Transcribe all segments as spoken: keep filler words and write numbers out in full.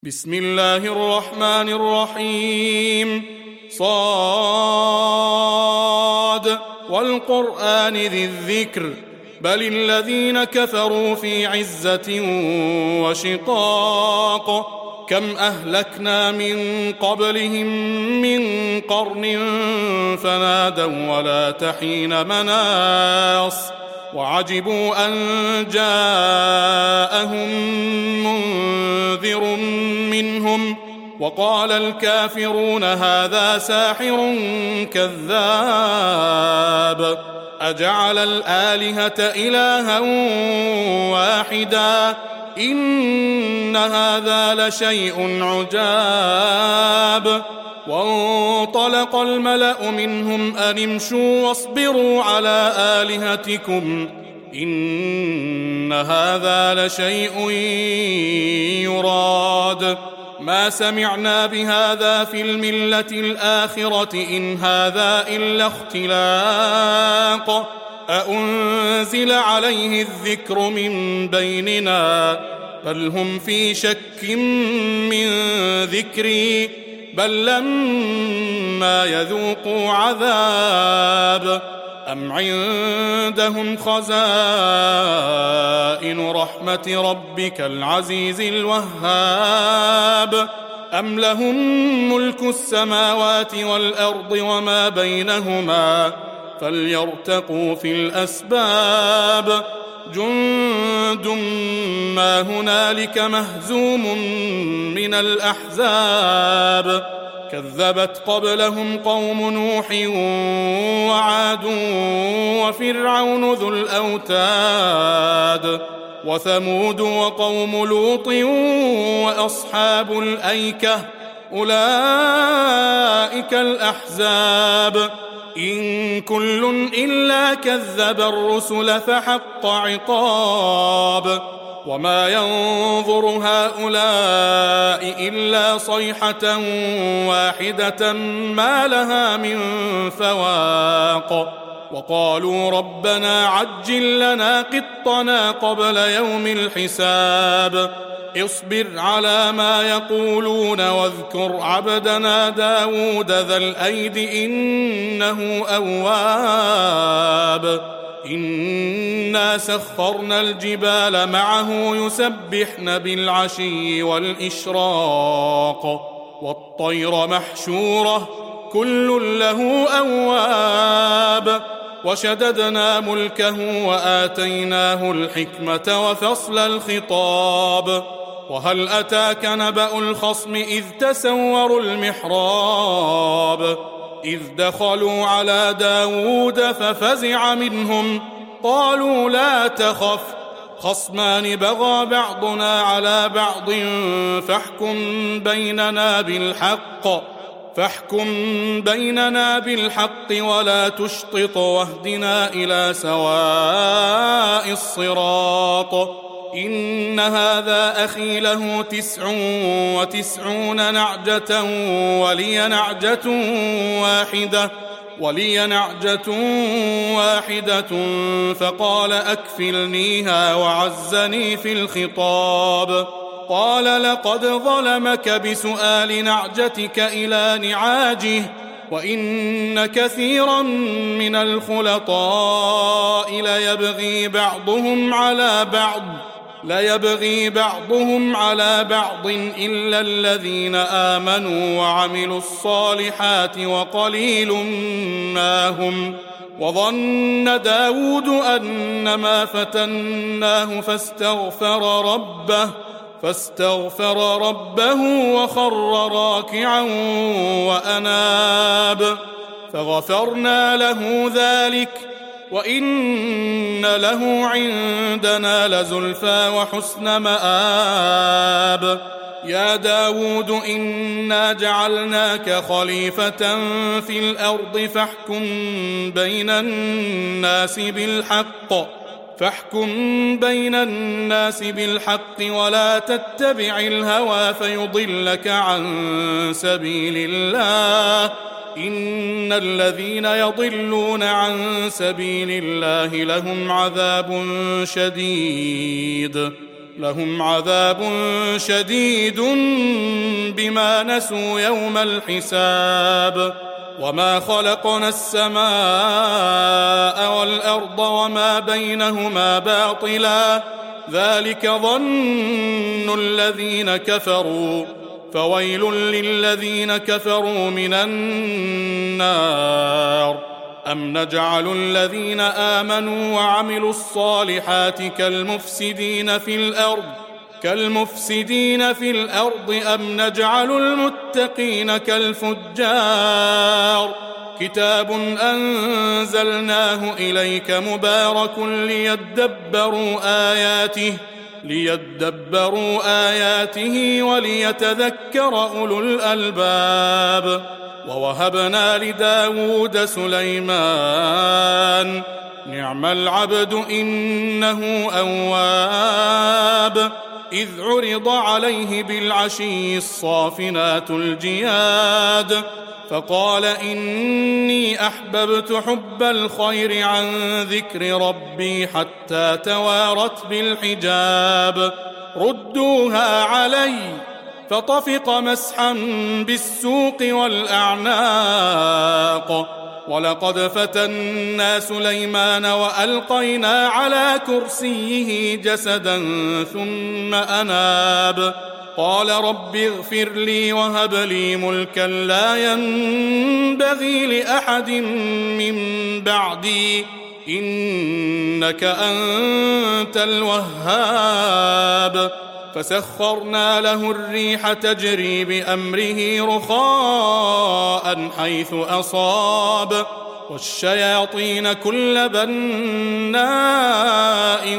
بسم الله الرحمن الرحيم. صاد والقرآن ذي الذكر بل الذين كفروا في عزة وشقاق كم أهلكنا من قبلهم من قرن فنادوا ولا تحين مناص وعجبوا أن جاءهم منذر منهم وقال الكافرون هذا ساحر كذاب أجعل الآلهة إلها واحدا إن هذا لشيء عجاب. وانطلق الملأ منهم أن امشوا واصبروا على آلهتكم إن هذا لشيء يراد ما سمعنا بهذا في الملة الآخرة إن هذا إلا اختلاق أأنزل عليه الذكر من بيننا بل هم في شك من ذكري بل لما يذوقوا عذاب أم عندهم خزائن رحمة ربك العزيز الوهاب أم لهم ملك السماوات والأرض وما بينهما فليرتقوا في الأسباب جند ما هنالك مهزوم من الأحزاب كذبت قبلهم قوم نوح وعاد وفرعون ذو الأوتاد وثمود وقوم لوط وأصحاب الأيكة أولئك الأحزاب إن كل إلا كذب الرسل فحق عقاب وما ينظر هؤلاء إلا صيحة واحدة ما لها من فواق وقالوا ربنا عجل لنا قطنا قبل يوم الحساب اصبر على ما يقولون واذكر عبدنا داود ذا الأيد إنه أواب إنا سخرنا الجبال معه يسبحن بالعشي والإشراق والطير محشورة كل له أواب وشددنا ملكه وآتيناه الحكمة وفصل الخطاب وهل أتاك نبأ الخصم إذ تسوروا المحراب إذ دخلوا على داود ففزع منهم قالوا لا تخف خصمان بغى بعضنا على بعض فاحكم بيننا بالحق فاحكم بيننا بالحق ولا تشطط واهدنا إلى سواء الصراط إن هذا أخي له تسع وتسعون نعجة ولي نعجة واحدة ولي نعجة واحدة فقال أكفلنيها وعزني في الخطاب قال لقد ظلمك بسؤال نعجتك إلى نعاجه وإن كثيرا من الخلطاء ليبغي بعضهم على بعض ليبغي بعضهم على بعض إلا الذين آمنوا وعملوا الصالحات وقليل ما هم وظن داود أنما فتناه فاستغفر ربه فاستغفر ربه وخر راكعا وأناب فغفرنا له ذلك وإن له عندنا لزلفى وحسن مآب يا داود إنا جعلناك خليفة في الأرض فاحكم بين الناس بالحق فاحكم بين الناس بالحق ولا تتبع الهوى فيضلك عن سبيل الله إن الذين يضلون عن سبيل الله لهم عذاب شديد لهم عذاب شديد بما نسوا يوم الحساب وما خلقنا السماء والأرض وما بينهما باطلا ذلك ظن الذين كفروا فويل للذين كفروا من النار أم نجعل الذين آمنوا وعملوا الصالحات كالمفسدين في الأرض كالمفسدين في الأرض أم نجعل المتقين كالفجار كتاب أنزلناه إليك مبارك ليدبروا آياته ليدبروا آياته وليتذكر أولو الألباب ووهبنا لداود سليمان نعم العبد إنه أواب إذ عرض عليه بالعشي الصافنات الجياد فقال إني أحببت حب الخير عن ذكر ربي حتى توارت بالحجاب ردوها علي فطفق مسحا بالسوق والأعناق ولقد فتنا سليمان وألقينا على كرسيه جسدا ثم أناب قال رب اغفر لي وهب لي ملكا لا ينبغي لأحد من بعدي إنك أنت الوهاب فسخرنا له الريح تجري بأمره رخاء حيث أصاب والشياطين كل بناء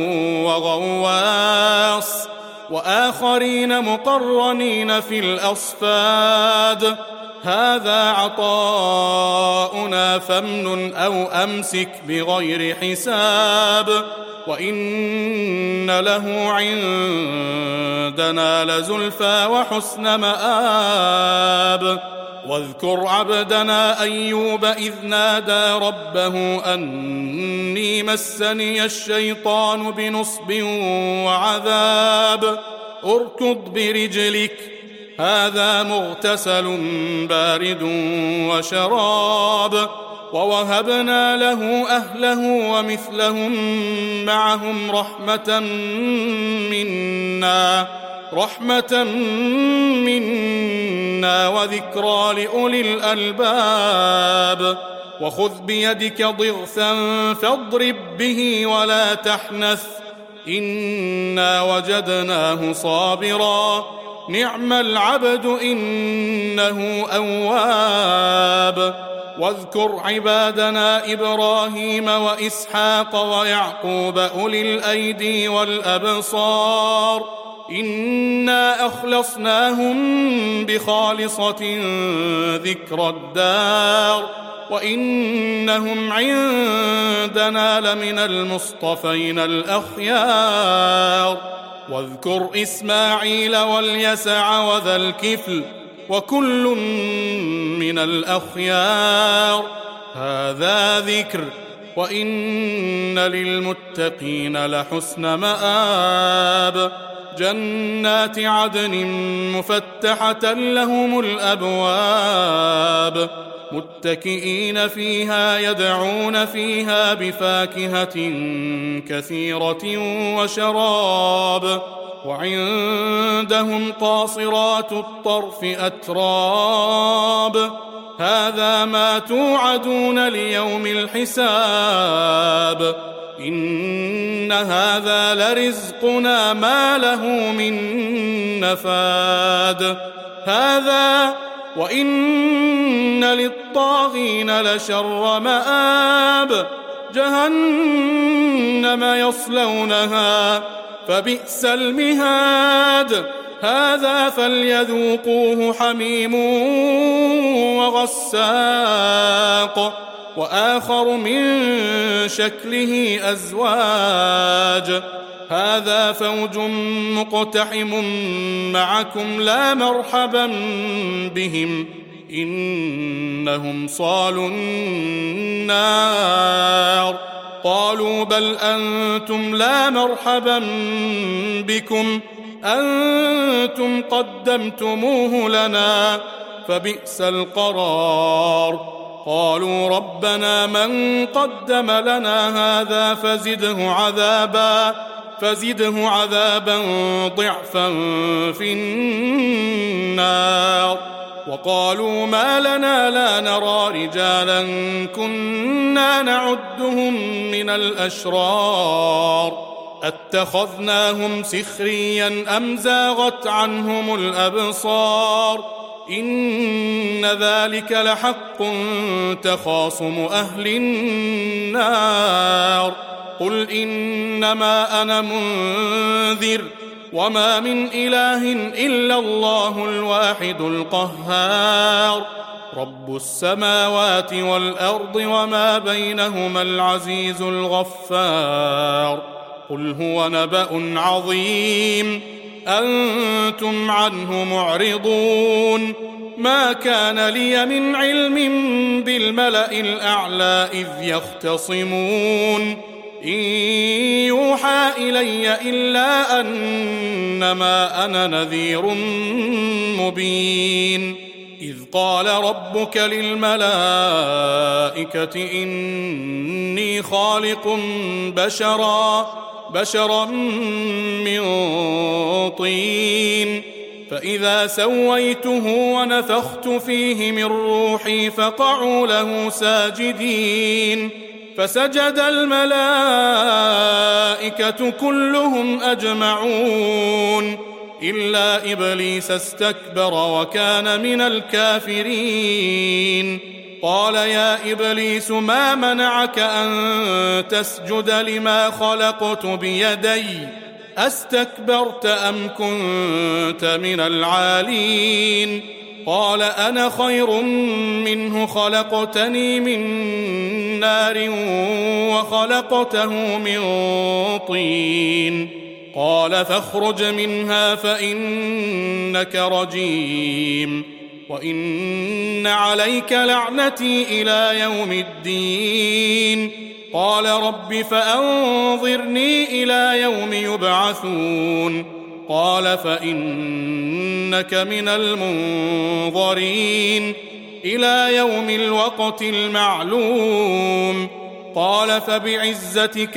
وغواص وآخرين مقرنين في الأصفاد هذا عطاؤنا فامنن أو أمسك بغير حساب وإن له عندنا لزلفى وحسن مآب واذكر عبدنا أيوب إذ نادى ربه أني مسني الشيطان بنصب وعذاب اركض برجلك هذا مغتسل بارد وشراب ووهبنا له أهله ومثلهم معهم رحمة منا رحمة منا وذكرى لأولي الألباب وخذ بيدك ضغثا فاضرب به ولا تحنث إنا وجدناه صابرا نعم العبد إنه أواب واذكر عبادنا إبراهيم وإسحاق ويعقوب أولي الأيدي والأبصار إنا أخلصناهم بخالصة ذكر الدار وإنهم عندنا لمن المصطفين الأخيار واذكر إسماعيل واليسع وذا الكفل وكل من الأخيار هذا ذكر وإن للمتقين لحسن مآب جنات عدن مفتحة لهم الأبواب متكئين فيها يدعون فيها بفاكهة كثيرة وشراب وعندهم قاصرات الطرف أتراب هذا ما توعدون ليوم الحساب إن هذا لرزقنا ما له من نفاد هذا وإن للطاغين لشر مآب جهنم يصلونها فبئس المهاد هذا فليذوقوه حميم وغساق وآخر من شكله أزواج هذا فوج مقتحم معكم لا مرحبا بهم إنهم صالوا النار قالوا بل أنتم لا مرحبا بكم أنتم قدمتموه لنا فبئس القرار. قالوا ربنا من قدم لنا هذا فزده عذابا فزده عذابا ضعفا في النار. وقالوا ما لنا لا نرى رجالا كنا نعدهم من الأشرار أتخذناهم سخريا أم زاغت عنهم الأبصار إن ذلك لحق تخاصم أهل النار. قل إنما أنا منذر وما من إله إلا الله الواحد القهار رب السماوات والأرض وما بينهما العزيز الغفار. قل هو نبأ عظيم أنتم عنه معرضون. ما كان لي من علم بالملأ الأعلى إذ يختصمون إن يوحى إلي إلا أنما أنا نذير مبين. إذ قال ربك للملائكة إني خالق بشرا بشرا من طين فإذا سويته ونفخت فيه من روحي فقعوا له ساجدين فسجد الملائكة كلهم أجمعون إلا إبليس استكبر وكان من الكافرين. قال يا إبليس ما منعك أن تسجد لما خلقت بيدي أستكبرت أم كنت من العالين؟ قال أنا خير منه خلقتني من نار وخلقته من طين. قال فاخرج منها فإنك رجيم وإن عليك لعنتي إلى يوم الدين. قال رب فأنظرني إلى يوم يبعثون. قال فإنك من المنظرين إلى يوم الوقت المعلوم. قال فبعزتك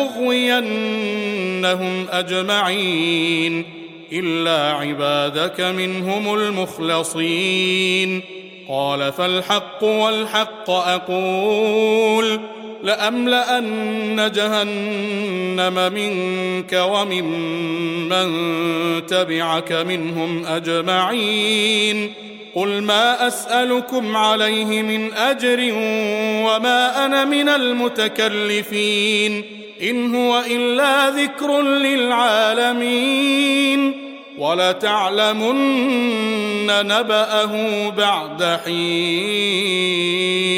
لأغوينهم أجمعين إلا عبادك منهم المخلصين. قال فالحق والحق أقول لأملأن جهنم منك وممن تبعك منهم أجمعين. قل ما أسألكم عليه من أجر وما أنا من المتكلفين إن هو إلا ذكر للعالمين ولتعلمن نبأه بعد حين.